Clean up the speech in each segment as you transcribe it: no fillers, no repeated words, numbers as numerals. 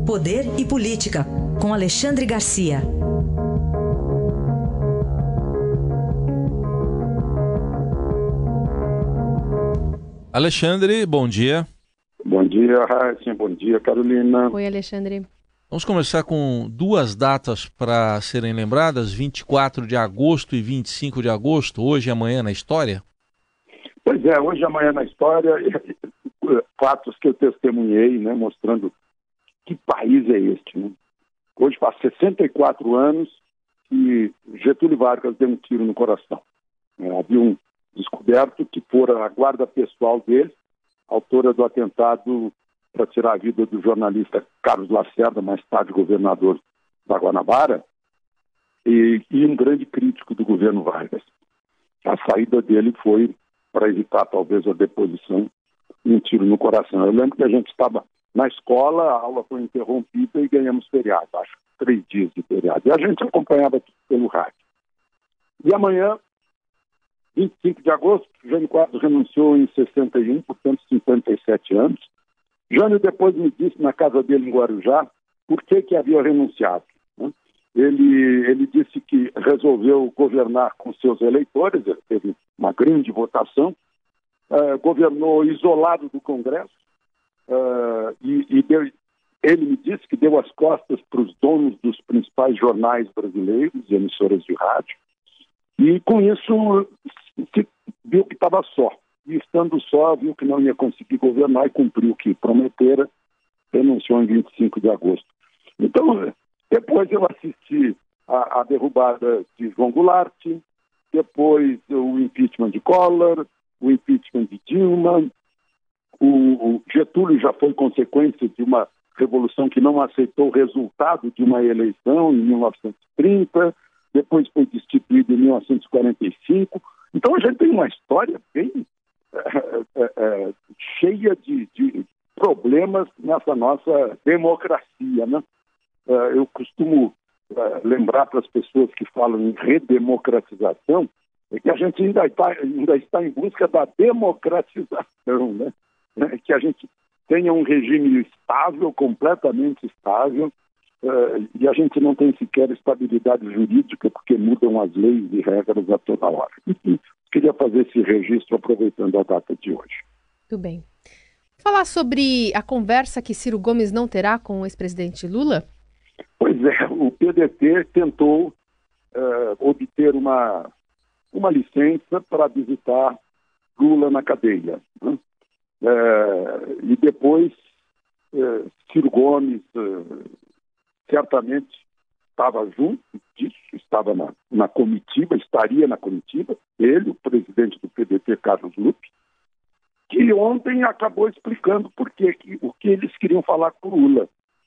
Poder e Política, com Alexandre Garcia. Alexandre, bom dia. Bom dia, Raíssa. Bom dia, Carolina. Oi, Alexandre. Vamos começar com duas datas para serem lembradas, 24 de agosto e 25 de agosto, hoje e amanhã na história? Pois é, hoje e amanhã na história, fatos que eu testemunhei, né, mostrando que país é este. Né? Hoje faz 64 anos que Getúlio Vargas deu um tiro no coração. Havia descoberto que fora a guarda pessoal dele, autora do atentado para tirar a vida do jornalista Carlos Lacerda, mais tarde governador da Guanabara, e um grande crítico do governo Vargas. A saída dele foi para evitar talvez a deposição, um tiro no coração. Eu lembro que a gente estava na escola, a aula foi interrompida e ganhamos feriado, acho que 3 dias de feriado. E a gente acompanhava tudo pelo rádio. E amanhã, 25 de agosto, Jânio Quadros renunciou em 61, portanto 57 anos. Jânio depois me disse na casa dele em Guarujá por que havia renunciado. Né? Ele disse que resolveu governar com seus eleitores, ele teve uma grande votação, governou isolado do Congresso, ele me disse que deu as costas para os donos dos principais jornais brasileiros e emissoras de rádio, e com isso viu que estava só. E estando só, viu que não ia conseguir governar e cumpriu o que prometera, renunciou em 25 de agosto. Então, depois eu assisti a derrubada de João Goulart, depois o impeachment de Collor, o impeachment de Dilma, o Getúlio já foi consequência de uma revolução que não aceitou o resultado de uma eleição em 1930, depois foi destituído em 1945. Então a gente tem uma história bem cheia de problemas nessa nossa democracia, né? Eu costumo lembrar para as pessoas que falam em redemocratização que a gente ainda está em busca da democratização, né? Que a gente tenha um regime estável, completamente estável, e a gente não tem sequer estabilidade jurídica porque mudam as leis e regras a toda hora. Enfim, queria fazer esse registro aproveitando a data de hoje. Tudo bem. Falar sobre a conversa que Ciro Gomes não terá com o ex-presidente Lula? Pois é, o PDT tentou obter uma licença para visitar Lula na cadeia. Né? E depois Ciro Gomes certamente estava junto disso, estava na comitiva, estaria na comitiva, ele, o presidente do PDT, Carlos Lupe, que ontem acabou explicando o que eles queriam falar com o Lula.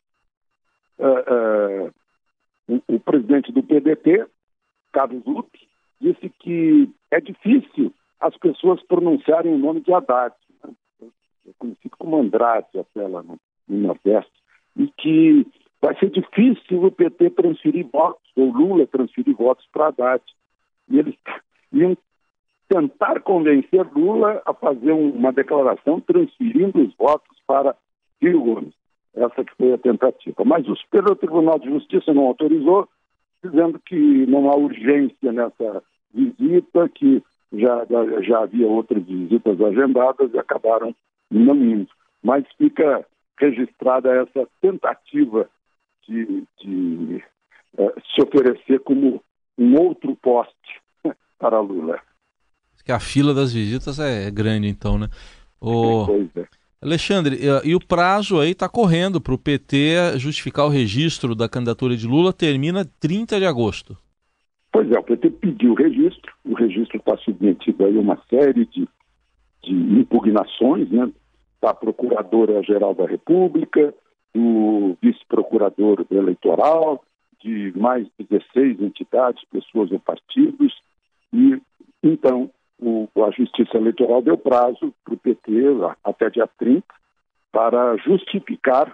O presidente do PDT, Carlos Lupe, disse que é difícil as pessoas pronunciarem o nome de Haddad, né? É conhecido como Andrade até lá no Nordeste, e que vai ser difícil o PT transferir votos, ou Lula transferir votos para Haddad. E eles iam tentar convencer Lula a fazer uma declaração transferindo os votos para Ciro Gomes. Essa que foi a tentativa. Mas o Superior Tribunal de Justiça não autorizou, dizendo que não há urgência nessa visita, que já havia outras visitas agendadas e acabaram não indo. Mas fica registrada essa tentativa de se oferecer como um outro poste para Lula. Que a fila das visitas é grande, então, né? Pois é. Alexandre, e o prazo aí está correndo para o PT justificar o registro da candidatura de Lula, termina 30 de agosto. Pois é, o PT pediu o registro está submetido aí a uma série de impugnações, né? Da Procuradora-Geral da República, do Vice-Procurador Eleitoral, de mais 16 entidades, pessoas ou partidos, e então a Justiça Eleitoral deu prazo para o PT, até dia 30, para justificar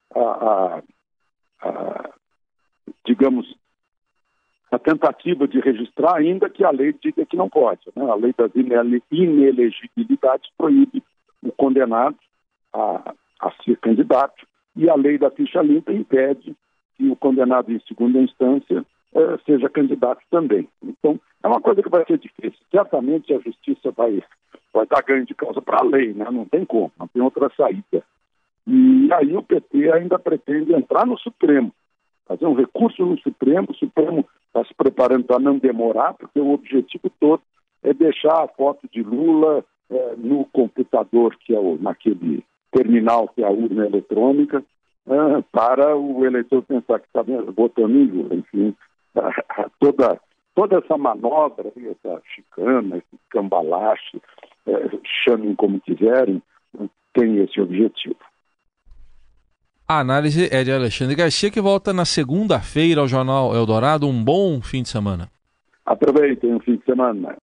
digamos, a tentativa de registrar, ainda que a lei diga que não pode. Né? A lei das inelegibilidades proíbe o condenado a ser candidato, e a lei da ficha limpa impede que o condenado em segunda instância seja candidato também. Então, é uma coisa que vai ser difícil. Certamente a justiça vai dar ganho de causa para a lei, né? Não tem como, não tem outra saída. E aí o PT ainda pretende entrar no Supremo, fazer um recurso no Supremo. O Supremo está se preparando para não demorar, porque o objetivo todo é deixar a foto de Lula no computador, que é naquele terminal que é a urna eletrônica, para o eleitor pensar que está votando em Lula. Enfim, toda essa manobra, essa chicana, esse cambalache, chamem como quiserem, tem esse objetivo. A análise é de Alexandre Garcia, que volta na segunda-feira ao Jornal Eldorado. Um bom fim de semana. Aproveitem o fim de semana.